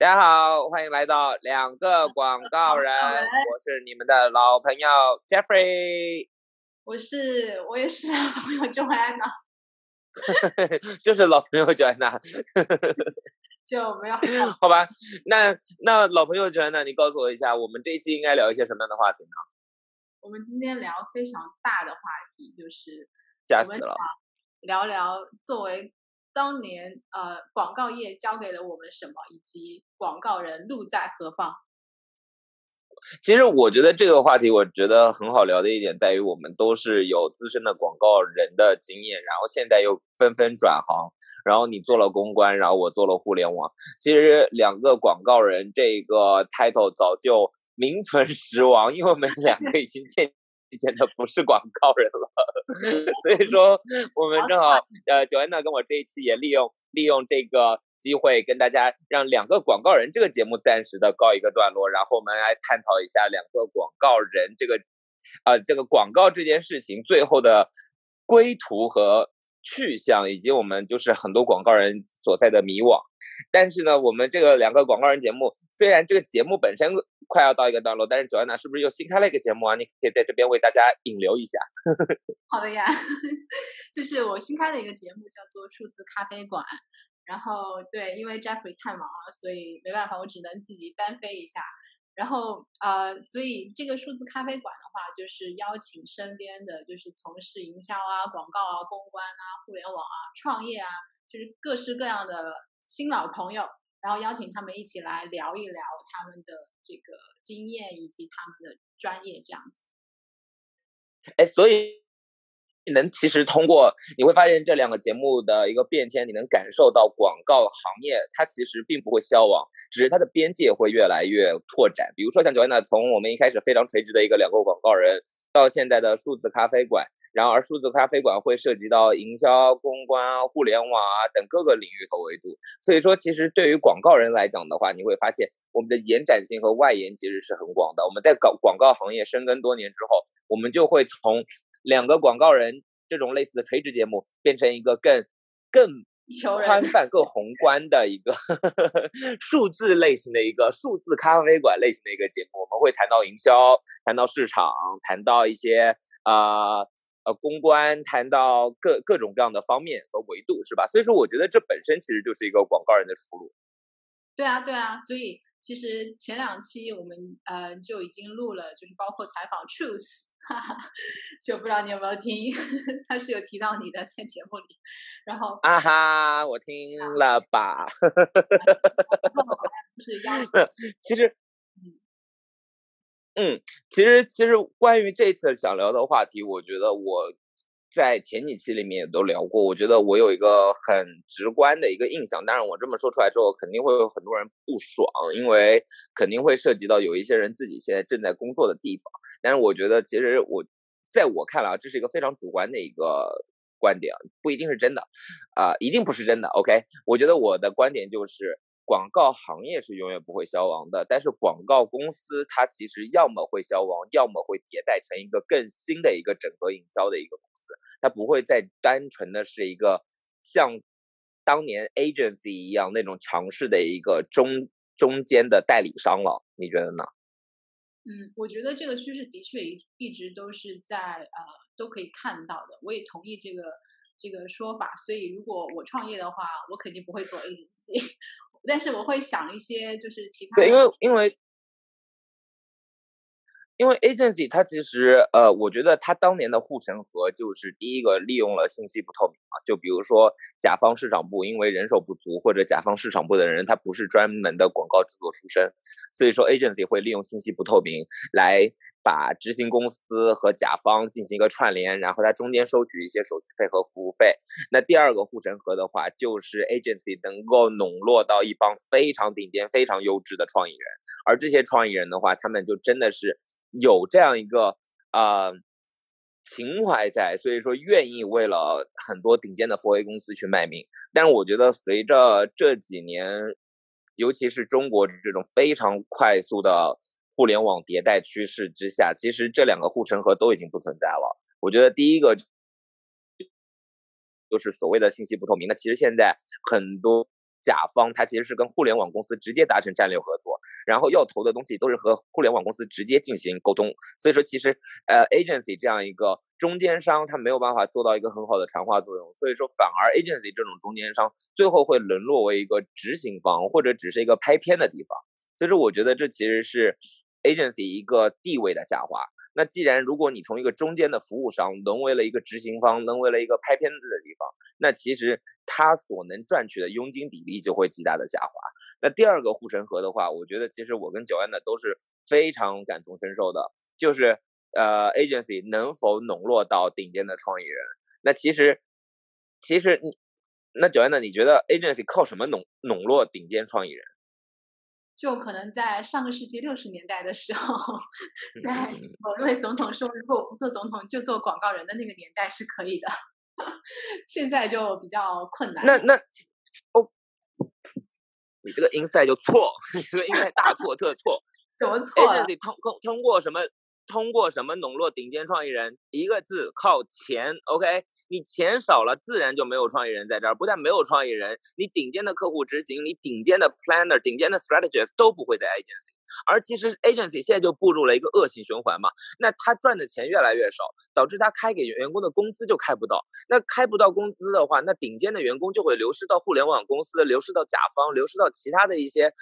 大家好，欢迎来到两个广告人，我是你们的老朋友 Jeffrey， 我也是老朋友 Joanna， 就是老朋友 Joanna， 就没有好吧？那老朋友 Joanna， 你告诉我一下，我们这一期应该聊一些什么样的话题呢？ 我们今天聊非常大的话题，就是吓死了， 聊聊作为当年广告业教给了我们什么，以及广告人路在何方。 其实我觉得这个话题，我觉得很好聊的一点在于，我们都是有资深的广告人的经验，然后现在又纷纷转行，然后你做了公关，然后我做了互联网。其实两个广告人这个 title 早就名存实亡，因为我们两个已经渐渐的不是广告人了，所以说我们正好Joanna 跟我这一期也利用这个机会跟大家让两个广告人这个节目暂时的告一个段落，然后我们来探讨一下两个广告人这个广告这件事情最后的归途和去向，以及我们就是很多广告人所在的迷惘。但是呢，我们这个两个广告人节目，虽然这个节目本身快要到一个段落，但是Joanna是不是又新开了一个节目啊？你可以在这边为大家引流一下。 好的呀，就是我新开的一个节目叫做数字咖啡馆。然后对，因为 Jeffrey 太忙了，所以没办法，我只能自己单飞一下。然后所以这个数字咖啡馆的话，就是邀请身边的就是从事营销啊、广告啊、公关啊、互联网啊、创业啊，就是各式各样的新老朋友，然后邀请他们一起来聊一聊他们的这个经验以及他们的专业这样子。 哎，所以其实通过你会发现这两个节目的一个变迁，你能感受到广告行业它其实并不会消亡，只是它的边界会越来越拓展。比如说像Joanna从我们一开始非常垂直的一个两个广告人，到现在的数字咖啡馆，然而数字咖啡馆会涉及到营销、公关、互联网等各个领域和维度。所以说，其实对于广告人来讲的话，你会发现我们的延展性和外延其实是很广的。我们在广告行业深耕多年之后，我们就会从两个广告人这种类似的垂直节目变成一个更宽泛、更宏观的一个数字类型的一个数字咖啡馆类型的一个节目。我们会谈到营销，谈到市场，谈到一些公关，谈到各种各样的方面和维度，是吧？所以说，我觉得这本身其实就是一个广告人的出路。 对啊，对啊，所以其实前两期我们就已经录了，就是包括采访 Truth， 就不知道你有没有听，他是有提到你的在节目里，然后啊哈，我听了吧， 就是邀请， 其实。其实关于这次想聊的话题，我觉得我在前几期里面也都聊过。我觉得我有一个很直观的一个印象，当然我这么说出来之后，肯定会有很多人不爽，因为肯定会涉及到有一些人自己现在正在工作的地方。但是我觉得，其实在我看来，这是一个非常主观的一个观点，不一定是真的，一定不是真的。OK， 我觉得我的观点就是。广告行业是永远不会消亡的，但是广告公司它其实要么会消亡，要么会迭代成一个更新的一个整合营销的一个公司，它不会再单纯的是一个像当年 agency 一样那种强势的一个中间的代理商了，你觉得呢？ 我觉得这个趋势的确一直都是在都可以看到的，我也同意这个说法。所以如果我创业的话，我肯定不会做 agency。但是我会想一些就是其他的， 对，因为 agency 它其实我觉得它当年的护城河就是第一个利用了信息不透明嘛，就比如说甲方市场部因为人手不足，或者甲方市场部的人他不是专门的广告制作出身，所以说 agency 会利用信息不透明来把执行公司和甲方进行一个串联，然后它中间收取一些手续费和服务费。那第二个护城河的话，就是 agency 能够笼络到一帮非常顶尖、非常优质的创意人，而这些创意人的话，他们就真的是有这样一个情怀在，所以说愿意为了很多顶尖的 4A 公司去卖命。但是我觉得随着这几年，尤其是中国这种非常快速的互联网迭代趋势之下，其实这两个护城河都已经不存在了。我觉得第一个就是所谓的信息不透明。那其实现在很多甲方他其实是跟互联网公司直接达成战略合作，然后要投的东西都是和互联网公司直接进行沟通，所以说其实agency 这样一个中间商，他没有办法做到一个很好的传话作用，所以说反而 agency 这种中间商最后会沦落为一个执行方或者只是一个拍片的地方，所以说我觉得这其实是 agency 一个地位的下滑。那既然如果你从一个中间的服务商沦为了一个执行方，沦为了一个拍片子的地方，那其实他所能赚取的佣金比例就会极大的下滑。那第二个护城河的话，我觉得其实我跟九安的都是非常感同身受的，就是agency 能否笼络到顶尖的创意人。那其实那九安的你觉得 agency 靠什么笼络顶尖创意人？ 就可能在上个世纪60年代的时候，在某位总统说如果我不做总统就做广告人的那个年代是可以的，现在就比较困难。 你这个 insight 就错，你这个 insight 大错特错。 怎么错了 ？agency 通过什么笼络顶尖创意人？一个字，靠钱。OK， 你钱少了，自然就没有创意人在这儿。不但没有创意人，你顶尖的客户执行，你顶尖的 planner、顶尖的 strategist 都不会在 agency。而其实 agency 现在就步入了一个恶性循环嘛。那他赚的钱越来越少，导致他开给员工的工资就开不到。那开不到工资的话，那顶尖的员工就会流失到互联网公司，流失到甲方，流失到其他的一些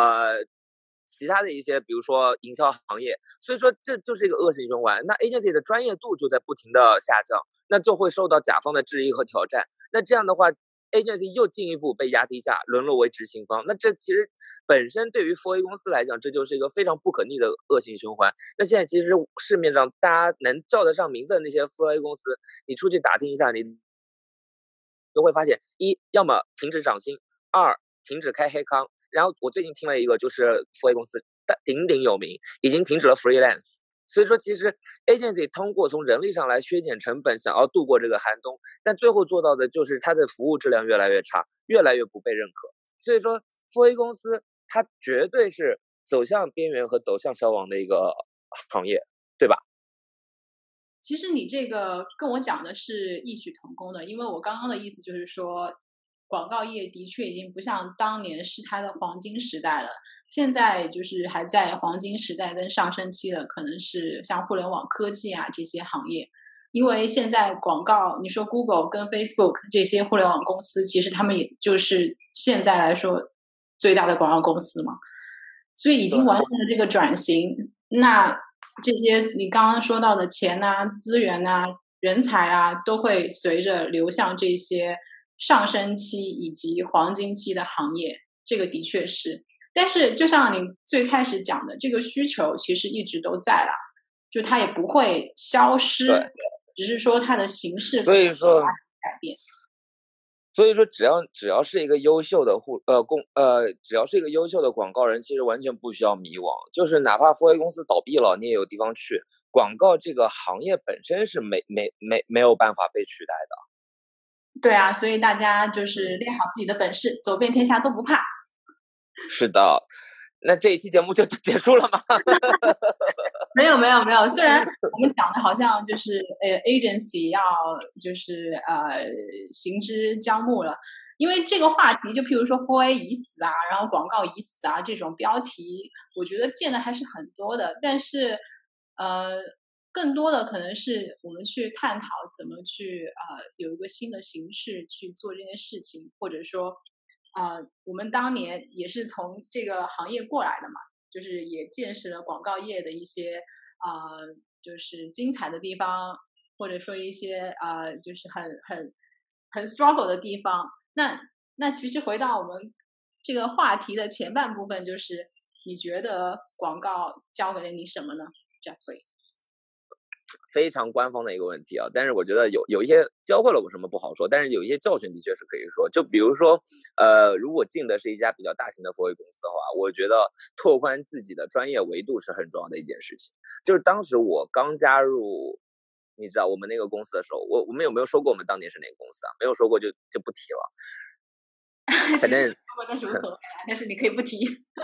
比如说营销行业，所以说这就是一个恶性循环。那 agency 的专业度就在不停的下降，那就会受到甲方的质疑和挑战。那这样的话 ，agency 又进一步被压低价，沦落为执行方。那这其实本身对于 4A 公司来讲，这就是一个非常不可逆的恶性循环。那现在其实市面上大家能叫得上名字的那些 4A 公司，你出去打听一下，你都会发现：一，要么停止涨薪；二，停止开黑康。然后我最近听了一个，就是 4A 公司鼎鼎有名，已经停止了 freelance。所以说，其实 agency 通过从人力上来削减成本，想要度过这个寒冬，但最后做到的就是它的服务质量越来越差，越来越不被认可。所以说 4A 公司它绝对是走向边缘和走向消亡的一个行业，对吧？ 其实你这个跟我讲的是异曲同工的，因为我刚刚的意思就是说，广告业的确已经不像当年是它的黄金时代了，现在就是还在黄金时代跟上升期的，可能是像互联网科技啊这些行业。因为现在广告，你说 Google 跟 Facebook 这些互联网公司，其实他们也就是现在来说最大的广告公司嘛，所以已经完成了这个转型。那这些你刚刚说到的钱啊、资源啊、人才啊，都会随着流向这些上升期以及黄金期的行业，这个的确是。但是就像你最开始讲的，这个需求其实一直都在啦，就它也不会消失，只是说它的形式所以说改变。 所以说，只要是一个优秀的只要是一个优秀的广告人，其实完全不需要迷惘。就是哪怕4A公司倒闭了，你也有地方去。广告这个行业本身是没有办法被取代的。 对啊，所以大家就是练好自己的本事，走遍天下都不怕。 是的，那这一期节目就结束了吗？ 没有，虽然我们讲的好像就是agency 要就是行之将暮了，因为这个话题就譬如说 4A 已死啊，然后广告已死啊这种标题，我觉得见的还是很多的，但是更多的可能是我们去探讨怎么去有一个新的形式去做这件事情，或者说我们当年也是从这个行业过来的嘛。就是也见识了广告业的一些就是精彩的地方，或者说一些就是很 struggle 的地方。那其实回到我们这个话题的前半部分，就是你觉得广告教给了你什么呢 ，Jeffrey？ 非常官方的一个问题啊，但是我觉得有一些教会了我什么不好说，但是有一些教训的确是可以说。就比如说，如果进的是一家比较大型的4A公司的话，我觉得拓宽自己的专业维度是很重要的一件事情。就是当时我刚加入，你知道我们那个公司的时候，我们有没有说过我们当年是哪个公司啊？没有说过就不提了。反正但是无所谓啦，但是你可以不提。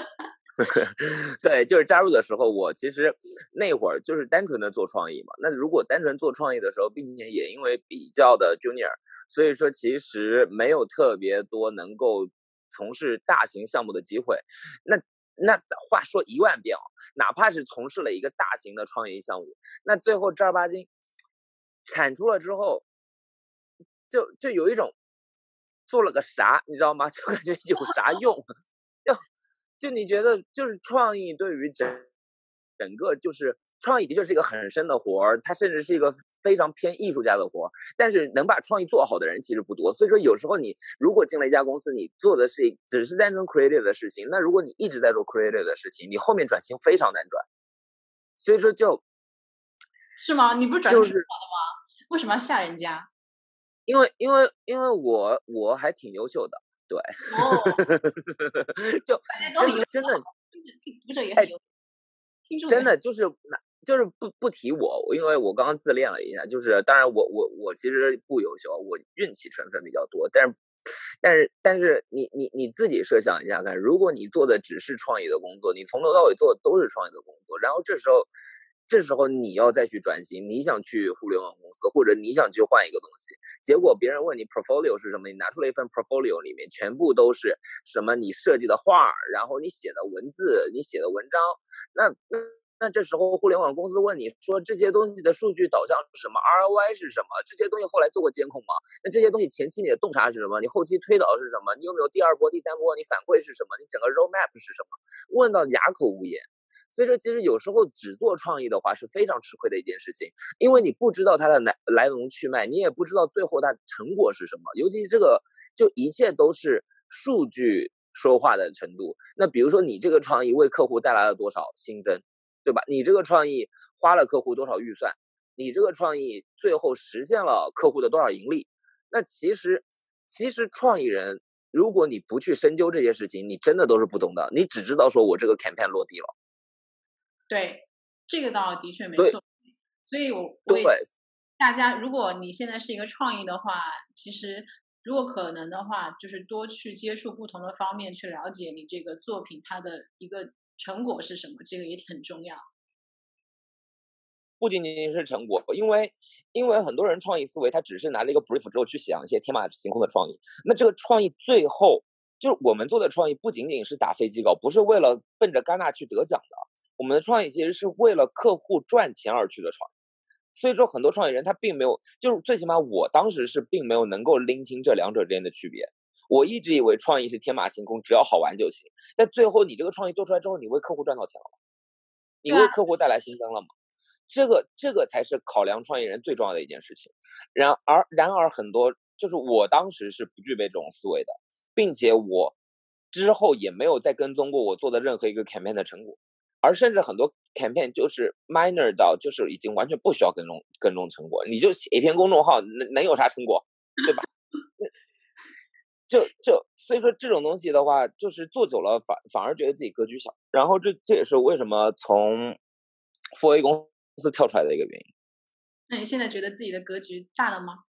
对，就是加入的时候，我其实那会儿就是单纯的做创意嘛。那如果单纯做创意的时候，并且也因为比较的 junior，所以说其实没有特别多能够从事大型项目的机会。那话说10000遍哪怕是从事了一个大型的创业项目，那最后正儿八经产出了之后，就有一种做了个啥，你知道吗？就感觉有啥用？就你觉得就是创意对于整个就是创意的确是一个很深的活儿，它甚至是一个非常偏艺术家的活儿，但是能把创意做好的人其实不多。所以说有时候你如果进了一家公司，你做的是只是单纯 creative 的事情，那如果你一直在做 creative 的事情，你后面转型非常难转。所以说是吗？你不是转型挺好的吗？为什么要吓人家？ 因为我还挺优秀的，对，就大家都很优秀， 真的， 读者也很优秀， 真的就是不提我，因为我刚刚自恋了一下，就是当然我其实不优秀，我运气成分比较多，但是你自己设想一下看，如果你做的只是创意的工作，你从头到尾做的都是创意的工作，然后这时候你要再去转型，你想去互联网公司，或者你想去换一个东西，结果别人问你 portfolio 是什么，你拿出了一份 portfolio， 里面全部都是什么你设计的画，然后你写的文字，你写的文章，那这时候互联网公司问你说这些东西的数据导向是什么 ROI 是什么，这些东西后来做过监控吗？那这些东西前期你的洞察是什么？你后期推导是什么？你有没有第二波第三波？你反馈是什么？你整个 roadmap 是什么？问到哑口无言。所以说其实有时候只做创意的话是非常吃亏的一件事情，因为你不知道它的来龙去脉，你也不知道最后它成果是什么，尤其这个就一切都是数据说话的程度。那比如说你这个创意为客户带来了多少新增，对吧？你这个创意花了客户多少预算，你这个创意最后实现了客户的多少盈利，那其实创意人如果你不去深究这些事情，你真的都是不懂的，你只知道说我这个 campaign 落地了。 对，这个倒的确没错。所以我也大家，如果你现在是一个创意的话，其实如果可能的话，就是多去接触不同的方面，去了解你这个作品它的一个成果是什么，这个也很重要。 不仅仅是成果，因为很多人创意思维，他只是拿了一个 brief 之后去想一些天马行空的创意，那这个创意最后就是我们做的创意不仅仅是打飞机稿，不是为了奔着戛纳去得奖的，我们的创意其实是为了客户赚钱而去的创意。所以说很多创意人他并没有，就是最起码我当时是并没有能够拎清这两者之间的区别。我一直以为创意是天马行空，只要好玩就行，但最后你这个创意做出来之后，你为客户赚到钱了吗？你为客户带来新增了吗？这个才是考量创意人最重要的一件事情。然而很多就是我当时是不具备这种思维的，并且我之后也没有再跟踪过我做的任何一个 campaign 的成果，而甚至很多 campaign 就是 minor 到就是已经完全不需要跟踪成果，你就写一篇公众号能有啥成果，对吧？所以说这种东西的话，就是做久了反而觉得自己格局小，然后这也是为什么从 4A 公司跳出来的一个原因。 那你现在觉得自己的格局大了吗？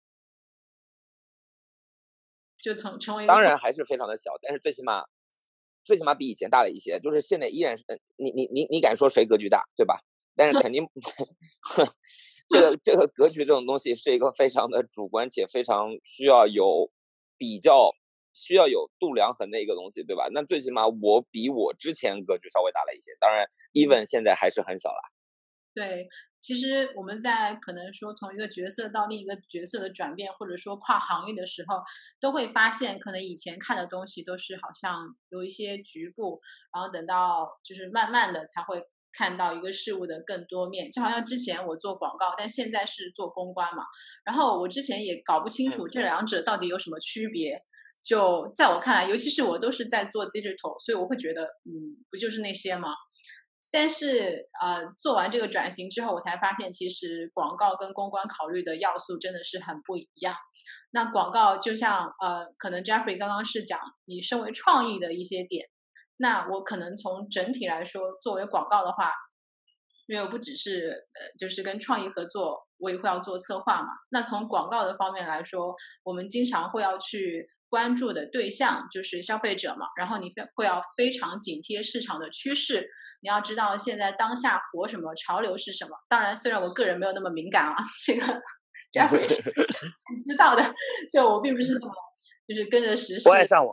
就成为一个当然还是非常的小，但是最起码比以前大了一些，就是现在依然是你敢说谁格局大，对吧？但是肯定这个格局这种东西是一个非常的主观且非常需要有比较需要有度量衡的一个东西，对吧？那最起码我比我之前格局稍微大了一些，当然 even 现在还是很小啦。 对，其实我们在可能说从一个角色到另一个角色的转变，或者说跨行业的时候，都会发现可能以前看的东西都是好像有一些局部，然后等到就是慢慢的才会看到一个事物的更多面。就好像之前我做广告，但现在是做公关嘛，然后我之前也搞不清楚这两者到底有什么区别。就在我看来，尤其是我都是在做 digital，所以我会觉得，不就是那些吗？但是做完这个转型之后，我才发现其实广告跟公关考虑的要素真的是很不一样。那广告就像可能 Jeffrey 刚刚是讲你身为创意的一些点，那我可能从整体来说，作为广告的话，因为我不只是就是跟创意合作，我也会要做策划嘛。那从广告的方面来说，我们经常会要去关注的对象就是消费者嘛，然后你会要非常紧贴市场的趋势，你要知道现在当下火什么，潮流是什么。当然，虽然我个人没有那么敏感啊，这个 Jeffrey 是知道的，就我并不是那么就是跟着时事。 不爱上网。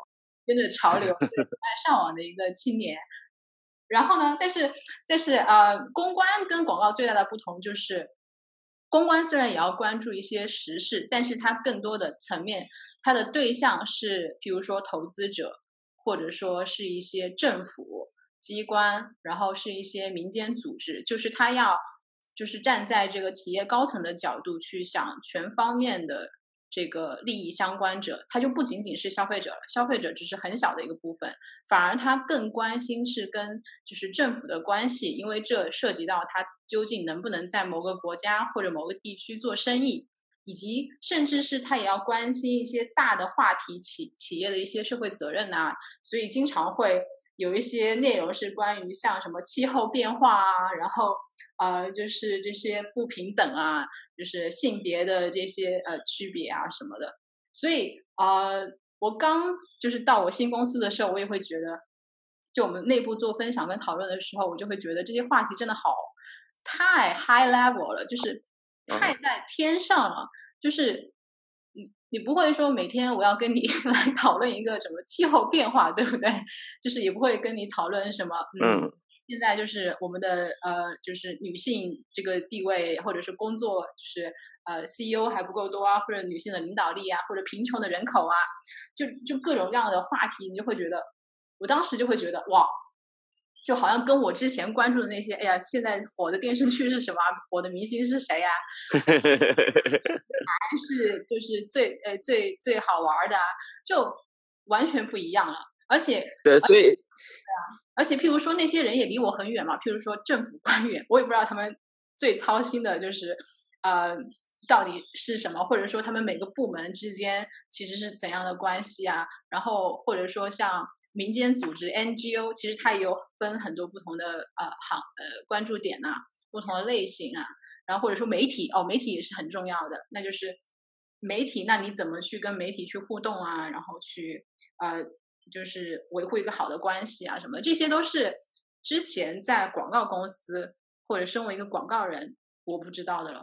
跟着潮流对不爱上网的一个青年。然后呢，但是公关跟广告最大的不同就是，公关虽然也要关注一些时事，但是它更多的层面，它的对象是，比如说投资者，或者说是一些政府机关，然后是一些民间组织，就是它要就是站在这个企业高层的角度去想全方面的这个利益相关者，它就不仅仅是消费者了，消费者只是很小的一个部分，反而他更关心是跟就是政府的关系，因为这涉及到他究竟能不能在某个国家或者某个地区做生意，以及甚至是他也要关心一些大的话题企业的一些社会责任啊，所以经常会有一些内容是关于像什么气候变化啊，然后就是这些不平等啊，就是性别的这些区别啊什么的。所以我刚就是到我新公司的时候，我也会觉得，就我们内部做分享跟讨论的时候，我就会觉得这些话题真的太 high level 了，就是太在天上了，就是你不会说每天我要跟你来讨论一个什么气候变化，对不对？就是也不会跟你讨论什么现在就是我们的就是女性这个地位，或者是工作，就是CEO 还不够多啊，或者女性的领导力啊，或者贫穷的人口啊，就各种各样的话题，你就会觉得，我当时就会觉得哇，就好像跟我之前关注的那些，哎呀，现在火的电视剧是什么？火的明星是谁呀？还是就是最好玩的啊，就完全不一样了。而且对，所以而且，譬如说那些人也离我很远嘛，譬如说政府官员，我也不知道他们最操心的就是到底是什么，或者说他们每个部门之间其实是怎样的关系啊？然后或者说像民间组织 NGO，其实它也有分很多不同的关注点呐、不同的类型啊。然后或者说媒体媒体也是很重要的，那就是媒体，那你怎么去跟媒体去互动啊？然后去就是维护一个好的关系啊什么的，这些都是之前在广告公司或者身为一个广告人我不知道的了。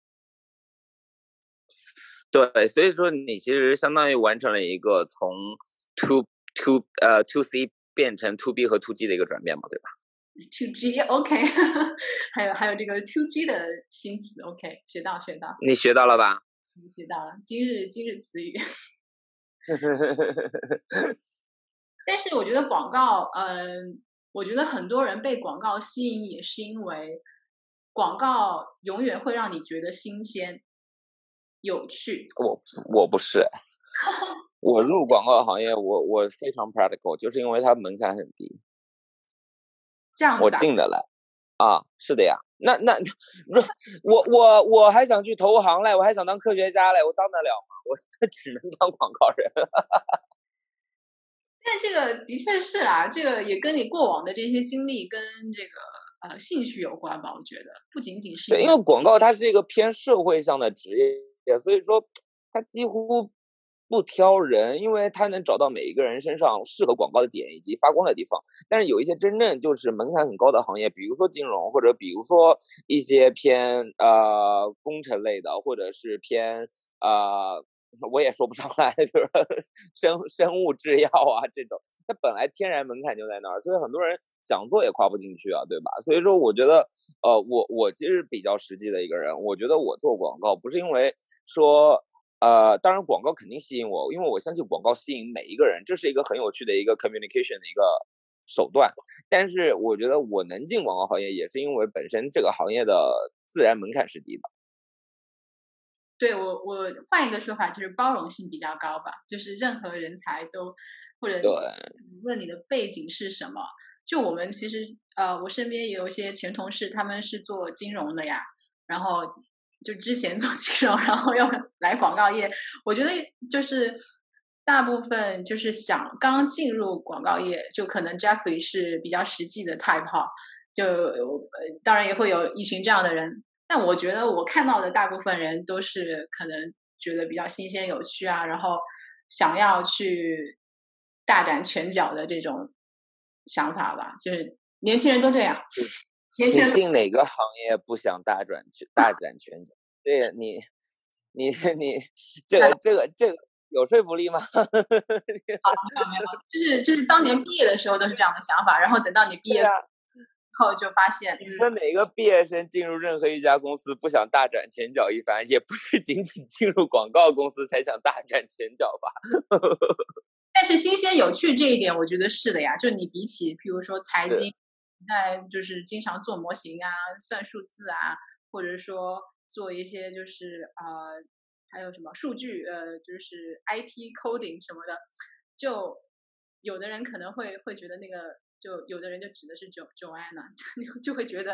对，所以说你其实相当于完成了一个从 to C 变成 to B 和 to G 的一个转变嘛，对吧？ To G OK 还有这个 To G 的新词 OK 学到你学到了吧？ 学到了今日词语。但是我觉得广告我觉得很多人被广告吸引也是因为广告永远会让你觉得新鲜有趣。 我不是，我入广告行业，我非常 practical，就是因为它门槛很低， 这样子我进得来啊，是的呀。那我还想去投行嘞，我还想当科学家嘞，我当得了吗？我只能当广告人。 但这个的确是啊，这个也跟你过往的这些经历跟这个兴趣有关吧？我觉得不仅仅是对，因为广告它是一个偏社会向的职业，所以说它几乎不挑人，因为它能找到每一个人身上适合广告的点以及发光的地方。但是有一些真正就是门槛很高的行业，比如说金融，或者比如说一些偏工程类的，或者是偏我也说不上来，比如说生物制药啊这种，它本来天然门槛就在那儿，所以很多人想做也跨不进去啊，对吧？所以说，我觉得，我其实比较实际的一个人，我觉得我做广告不是因为说，当然广告肯定吸引我，因为我相信广告吸引每一个人，这是一个很有趣的一个 communication 的一个手段。但是我觉得我能进广告行业，也是因为本身这个行业的自然门槛是低的。 对我换一个说法，就是包容性比较高吧，就是任何人才都或者问你的背景是什么。就我们其实我身边也有一些前同事，他们是做金融的呀，然后就之前做金融，然后又来广告业。我觉得就是大部分就是想刚进入广告业，就可能 Jeffrey 是比较实际的 type 哈，就当然也会有一群这样的人。但我觉得我看到的大部分人都是可能觉得比较新鲜有趣啊，然后想要去大展拳脚的这种想法吧，就是年轻人都这样。年轻人你进哪个行业不想大展拳脚？对你这个有说服力吗？ 没有，就是当年毕业的时候都是这样的想法，然后等到你毕业后就发现， 你说哪个毕业生进入任何一家公司不想大展拳脚一番，也不是仅仅进入广告公司才想大展拳脚吧？ 但是新鲜有趣这一点，我觉得是的呀。就你比起，譬如说财经，那就是经常做模型啊、算数字啊，或者说做一些就是还有什么数据就是 IT coding 什么的，就有的人可能会觉得那个，就有的人就指的是Joanna，就会觉得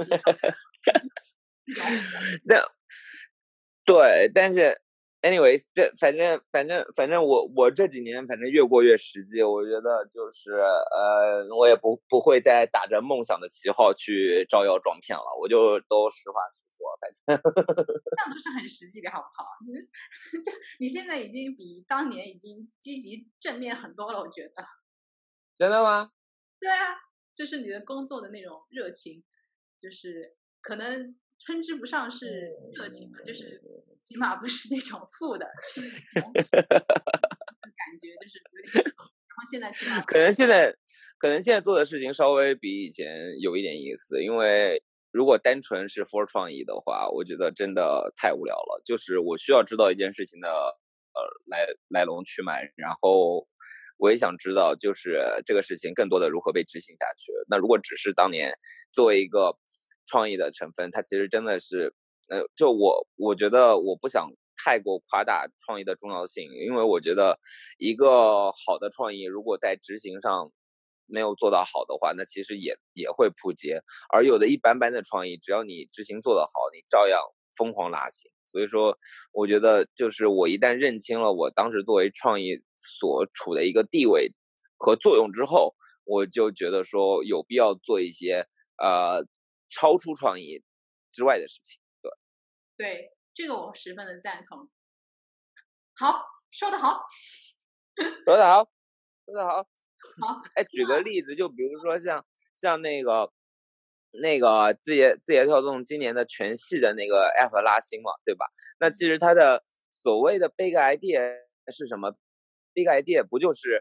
那对，但是 anyways， 这反正我这几年反正越过越实际，我觉得就是我也不会再打着梦想的旗号去招摇撞骗了，我就都实话实说，反正这样都是很实际的，好不好？就你现在已经比当年已经积极正面很多了，我觉得。 真的吗？ 对啊，就是你的工作的那种热情，就是可能称之不上是热情吧，就是起码不是那种负的，是那种感觉，就是有点。然后现在起码可能现在做的事情稍微比以前有一点意思，因为如果单纯是 for 创意的话，我觉得真的太无聊了。就是我需要知道一件事情的来龙去脉，然后我也想知道就是这个事情更多的如何被执行下去。那如果只是当年作为一个创意的成分，它其实真的是就我觉得我不想太过夸大创意的重要性，因为我觉得一个好的创意如果在执行上没有做到好的话，那其实也会扑街。而有的一般般的创意，只要你执行做得好，你照样疯狂拉新。所以说，我觉得就是我一旦认清了我当时作为创意所处的一个地位和作用之后，我就觉得说有必要做一些超出创意之外的事情。 对这个我十分的赞同。好，说得好， 说得好，说得好。 好， 哎，举个例子，就比如说像那个字节跳动今年的全系的那个 app 拉新嘛，对吧？那其实它的所谓的 big idea 是什么？big idea 不就是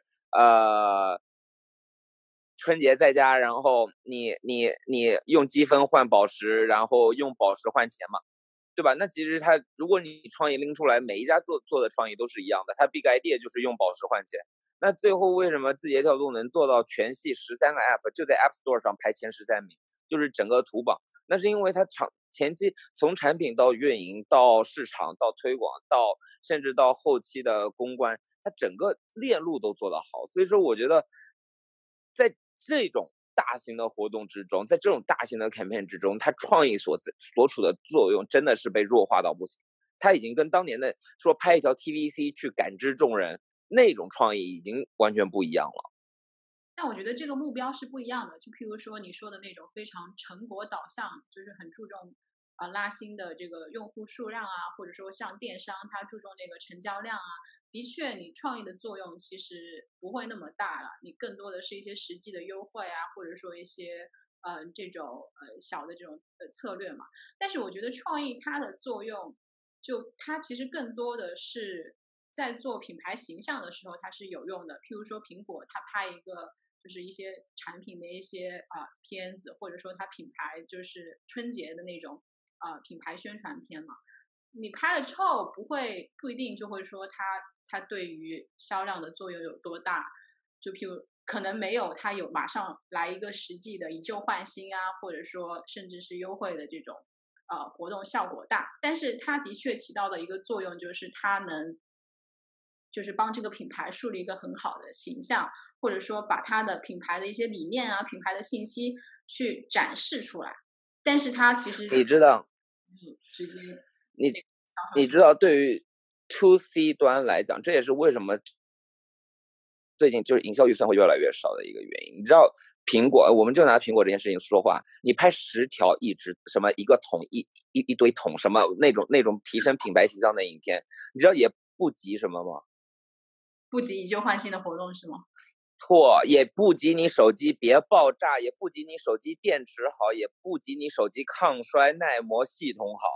春节在家，然后你用积分换宝石，然后用宝石换钱嘛，对吧？那其实如果你创意拎出来，每一家做的创意都是一样的，它 big idea 就是用宝石换钱。那最后为什么字节跳动能做到全系13个 app 就在 App Store 上排前13名，就是整个图榜？那是因为它前期从产品到运营到市场到推广到甚至到后期的公关，它整个链路都做得好。所以说，我觉得在这种大型的活动之中，在这种大型的 campaign 之中，它创意所处的作用真的是被弱化到不行。它已经跟当年的说拍一条 TVC 去感知众人那种创意已经完全不一样了。 但我觉得这个目标是不一样的。就譬如说你说的那种非常成果导向，就是很注重拉新的这个用户数量啊，或者说像电商它注重那个成交量啊，的确你创意的作用其实不会那么大了，你更多的是一些实际的优惠啊，或者说一些这种小的这种策略嘛。但是我觉得创意它的作用，就它其实更多的是在做品牌形象的时候它是有用的。譬如说苹果它拍一个就是一些产品的一些片子，或者说它品牌就是春节的那种品牌宣传片嘛，你拍了之后不一定就会说它对于销量的作用有多大，就譬如可能没有它有马上来一个实际的以旧换新啊，或者说甚至是优惠的这种活动效果大，但是它的确起到的一个作用就是它能就是帮这个品牌树立一个很好的形象，或者说把它的品牌的一些理念啊、品牌的信息去展示出来。但是它其实你知道， 直接你你知道，对于 To C 端来讲，这也是为什么最近就是营销预算会越来越少的一个原因。你知道，苹果，我们就拿苹果这件事情说话，你拍10条一支什么一个桶一堆桶什么那种提升品牌形象的影片，你知道也不及什么吗？ 不及以旧换新的活动是吗？ 错，也不及你手机别爆炸，也不及你手机电池好，也不及你手机抗摔耐磨系统好。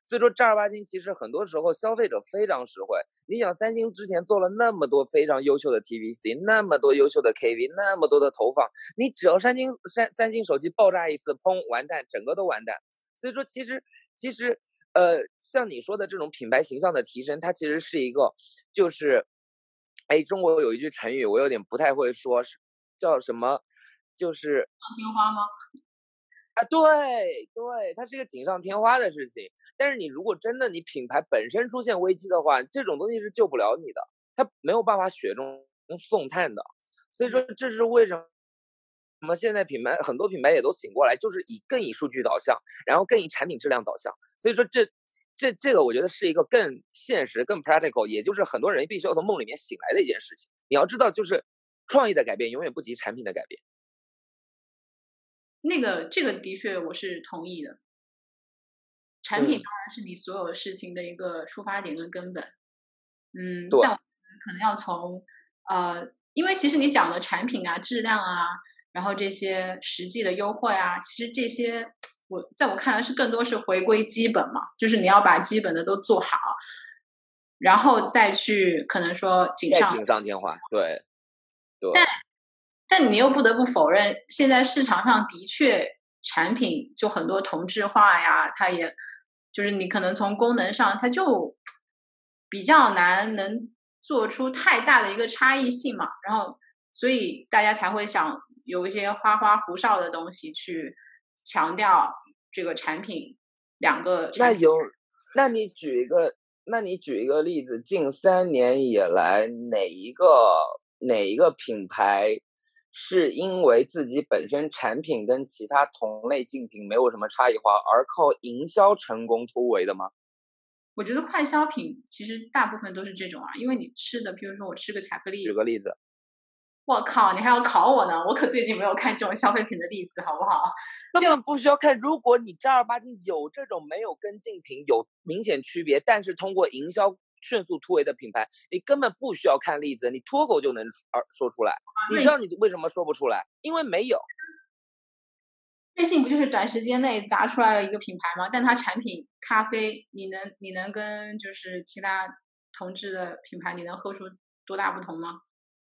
所以说正儿八经，其实很多时候消费者非常实惠。你想，三星之前做了那么多非常优秀的 TVC，那么多优秀的 KV，那么多的投放，你只要三星手机爆炸一次，砰，完蛋，整个都完蛋。所以说，其实像你说的这种品牌形象的提升，它其实是一个，就是，哎，中国有一句成语，我有点不太会说，叫什么？就是上天花吗？ 啊，对对，它是一个锦上添花的事情。但是你如果真的你品牌本身出现危机的话，这种东西是救不了你的，它没有办法雪中送炭的。所以说，这是为什么现在很多品牌也都醒过来，就是更以数据导向，然后更以产品质量导向。所以说这个我觉得是一个更现实、更 practical，也就是很多人必须要从梦里面醒来的一件事情。你要知道，就是创意的改变永远不及产品的改变。 这个的确我是同意的。产品当然是你所有事情的一个出发点跟根本。但我可能要从因为其实你讲的产品啊、质量啊，然后这些实际的优惠啊，其实这些在我看来是更多是回归基本嘛，就是你要把基本的都做好，然后再去可能说锦上添花，对。 但你又不得不否认，现在市场上的确产品就很多同质化呀，它也就是你可能从功能上它就比较难能做出太大的一个差异性嘛，然后所以大家才会想有一些花里胡哨的东西去强调这个产品两个产品。 那你举一个例子，近3年以来哪一个品牌是因为自己本身产品跟其他同类竞品没有什么差异化，而靠营销成功突围的吗？ 我觉得快消品其实大部分都是这种啊，因为你吃的，比如说我吃个巧克力， 举个例子。 我靠，你还要考我呢？我可最近没有看这种消费品的例子，好不好？ 根本不需要看。如果你正儿八经有这种没有跟竞品有明显区别，但是通过营销迅速突围的品牌，你根本不需要看例子，你脱口就能说出来。你知道你为什么说不出来？因为没有。 瑞幸不就是短时间内砸出来了一个品牌吗？但它产品咖啡，你能跟就是其他同质的品牌，你能喝出多大不同吗？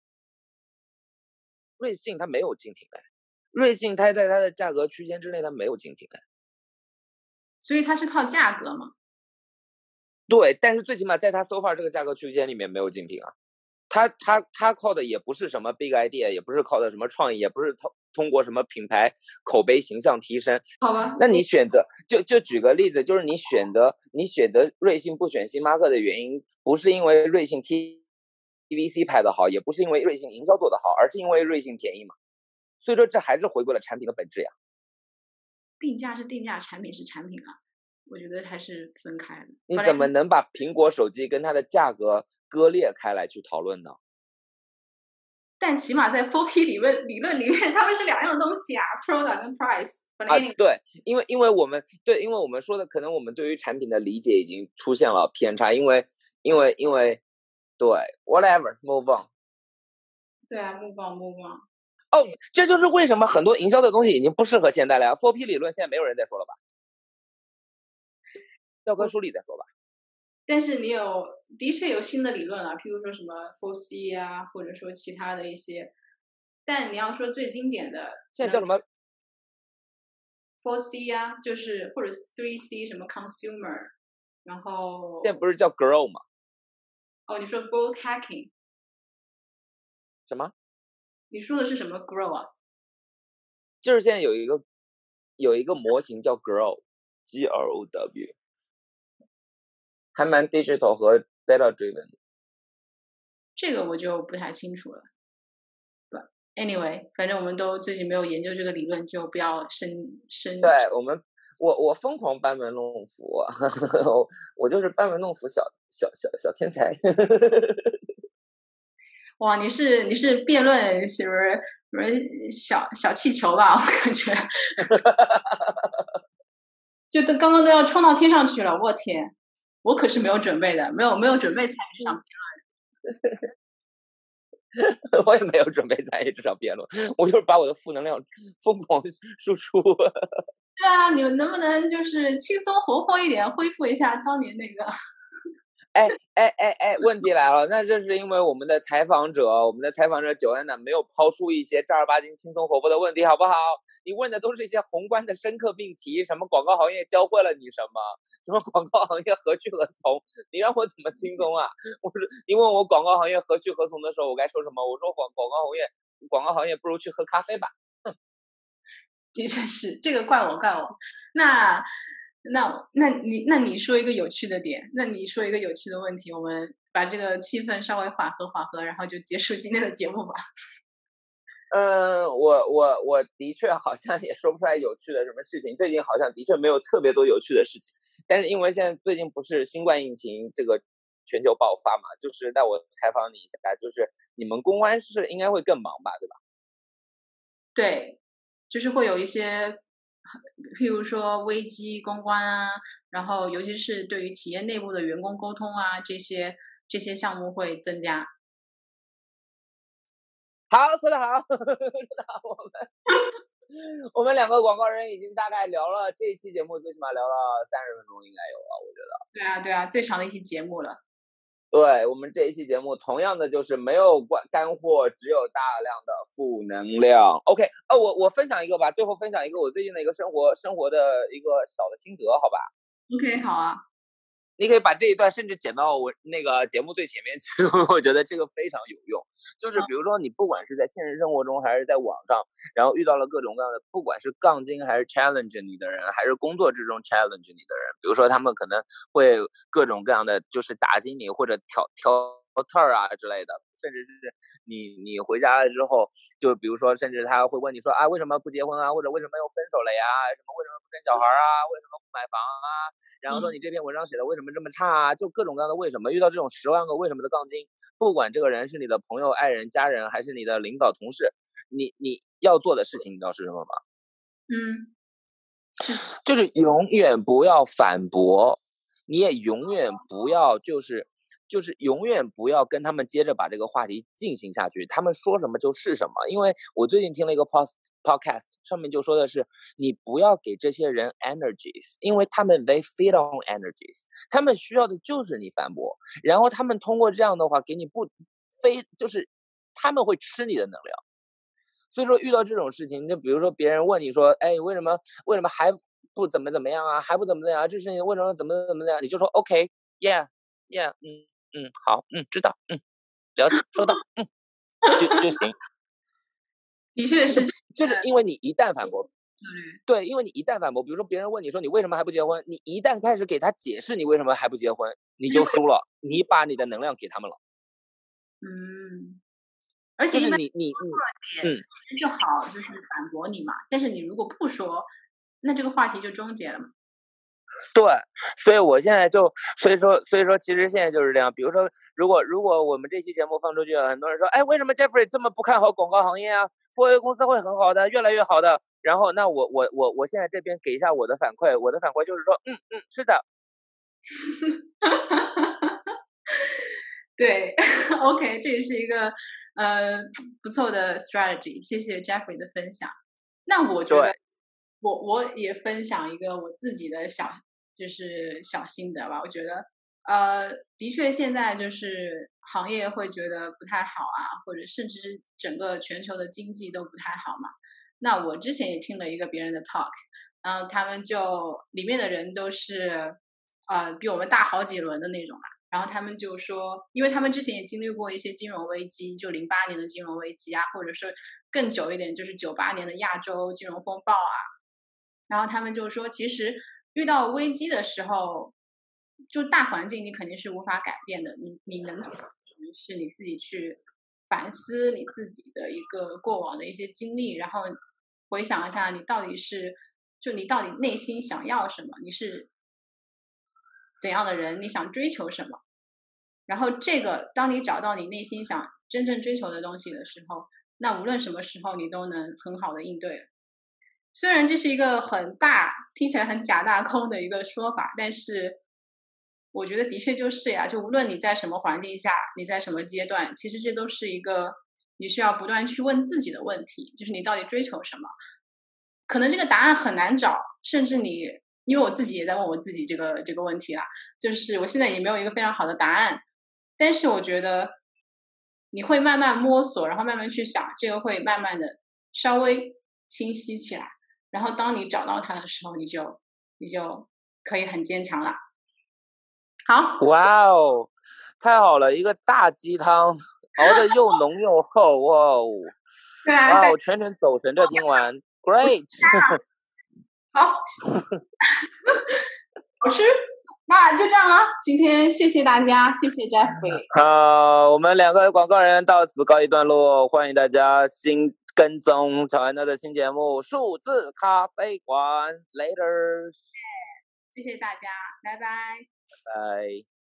瑞幸它没有竞品哎，瑞幸它在它的价格区间之内，它没有竞品哎。 所以它是靠价格嘛？ 对，但是最起码在它 so far 这个价格区间里面没有竞品啊。他靠的也不是什么 big idea， 也不是靠的什么创意，也不是通过什么品牌口碑形象提升。 好吧， 那你选择就举个例子，就是你选择瑞幸不选星巴克的原因，不是因为瑞幸 TVC 拍的好，也不是因为瑞幸营销做的好，而是因为瑞幸便宜嘛。所以说这还是回归了产品的本质呀。 定价是定价，产品是产品啊，我觉得还是分开的。 你怎么能把苹果手机跟它的价格割裂开来去讨论呢？ 但起码在 4P 理论里面，它们是两样东西啊 ，product 跟 price。 对，因为我们说的，可能我们对于产品的理解已经出现了偏差，因为对 whatever move on。 对啊，move on。 哦，这就是为什么很多营销的东西已经不适合现在了呀。4P 理论现在没有人在说了吧？教科书里在说吧。 但是你的确有新的理论啊，譬如说什么 4C 啊，或者说其他的一些。但你要说最经典的， 现在叫什么 4C 啊，就是或者 3C 什么 consumer， 然后现在不是叫 grow 吗？ 哦，你说 growth hacking 什么？ 你说的是什么 grow 啊？ 就是现在有一个模型叫 grow，GROW， 还蛮 digital 和 data driven 的。 这个我就不太清楚了。Anyway， 反正我们都最近没有研究这个理论，就不要深。 对我疯狂班门弄斧，我就是班门弄斧小天才。 哇，你是辩论是不是小气球吧？我感觉，就刚刚都要冲到天上去了。我天，我可是没有准备的，没有准备参与这场辩论。 我也没有准备参与这场辩论，我就是把我的负能量疯狂输出。 对啊，你们能不能就是轻松活泼一点，恢复一下当年那个？ 问题来了，那这是因为我们的采访者九安娜没有抛出一些正儿八经轻松活泼的问题，好不好？你问的都是一些宏观的深刻命题，什么广告行业教会了你什么，什么广告行业何去何从，你让我怎么轻松啊？你问我广告行业何去何从的时候，我该说什么？我说广告行业不如去喝咖啡吧。 的确是，这个怪我。那你说一个有趣的点，那你说一个有趣的问题，我们把这个气氛稍微缓和，然后就结束今天的节目吧。 我的确好像也说不出来有趣的什么事情，最近好像的确没有特别多有趣的事情，但是因为现在最近不是新冠疫情这个全球爆发嘛，就是带我采访你一下，就是你们公关是应该会更忙吧，对吧？ 对，就是会有一些，譬如说危机公关啊，然后尤其是对于企业内部的员工沟通啊，这些项目会增加。 好，说得好，说得好，我们两个广告人已经大概聊了这一期节目，最起码聊了30分钟，应该有了，我觉得。 对啊，最长的一期节目了。 对，我们这一期节目，同样的就是没有干货，只有大量的负能量。OK，我分享一个吧，最后分享一个我最近的一个生活的一个小的心得，好吧？ OK，好啊。 你可以把这一段甚至剪到我那个节目最前面去，我觉得这个非常有用。就是比如说你不管是在现实生活中还是在网上，然后遇到了各种各样的，不管是杠精还是 challenge 你的人，还是工作之中 challenge 你的人，比如说他们可能会各种各样的就是打击你或者挑刺儿啊之类的，甚至是你回家了之后，就比如说甚至他会问你说啊为什么不结婚啊，或者为什么又分手了呀，什么为什么不生小孩啊，为什么不买房啊，然后说你这篇文章写的为什么这么差啊，就各种各样的为什么。遇到这种10万个为什么的杠精，不管这个人是你的朋友、爱人、家人，还是你的领导、同事，你要做的事情你知道是什么吗？就是永远不要反驳，你也永远不要就是永远不要跟他们接着把这个话题进行下去，他们说什么就是什么。因为我最近听了一个 podcast， 上面就说的是，你不要给这些人 energies， 因为他们 they feed on energies， 他们需要的就是你反驳，然后他们通过这样的话给你就是他们会吃你的能量。所以说遇到这种事情，就比如说别人问你说，哎，为什么还不怎么样啊，还不怎么样啊，这事情为什么怎么样，你就说 OK，yeah yeah，好，知道，了解，收到，就行。 的确是， 就是因为你一旦反驳，对，因为你一旦反驳，比如说别人问你说你为什么还不结婚，你一旦开始给他解释你为什么还不结婚，你就输了，你把你的能量给他们了。 而且因为你就好，就是反驳你嘛。但是你如果不说，那这个话题就终结了嘛。 对，所以我现在就，所以说，其实现在就是这样。比如说，如果我们这期节目放出去了，很多人说，哎，为什么 Jeffrey 这么不看好广告行业啊？富威公司会很好的，越来越好的。然后，那我现在这边给一下我的反馈，我的反馈就是说，是的。 对，OK，这也是一个不错的 strategy，谢谢 Jeffrey 的分享。那我觉得我也分享一个我自己的就是小心得吧。我觉得的确现在就是行业会觉得不太好啊，或者甚至是整个全球的经济都不太好嘛。那我之前也听了一个别人的 talk，然后他们就里面的人都是比我们大好几轮的那种嘛。然后他们就说，因为他们之前也经历过一些金融危机，就08年的金融危机啊，或者说更久一点，就是98年的亚洲金融风暴啊。然后他们就说，其实遇到危机的时候，就大环境你肯定是无法改变的，你能做的是你自己去反思你自己的一个过往的一些经历，然后回想一下你到底内心想要什么，你是怎样的人，你想追求什么。然后这个当你找到你内心想真正追求的东西的时候，那无论什么时候你都能很好的应对。虽然这是一个很大听起来很假大空的一个说法，但是我觉得的确就是呀，就无论你在什么环境下，你在什么阶段，其实这都是一个你需要不断去问自己的问题，就是你到底追求什么。 可能这个答案很难找，甚至你，因为我自己也在问我自己这个问题啦，就是我现在也没有一个非常好的答案，但是我觉得你会慢慢摸索，然后慢慢去想，这个会慢慢的稍微清晰起来，然后当你找到它的时候，你就可以很坚强了。好， 哇哦，太好了，一个大鸡汤，熬得又浓又厚，哇哦， 对啊， 哇，我全程走神着听完，great， 好，好吃，那就这样了。今天谢谢大家，谢谢 Jeffrey。 好，我们2个广告人到此告一段落，欢迎大家新跟踪乔安娜的新节目《数字咖啡馆》，Later， 谢谢大家，拜拜。 拜拜。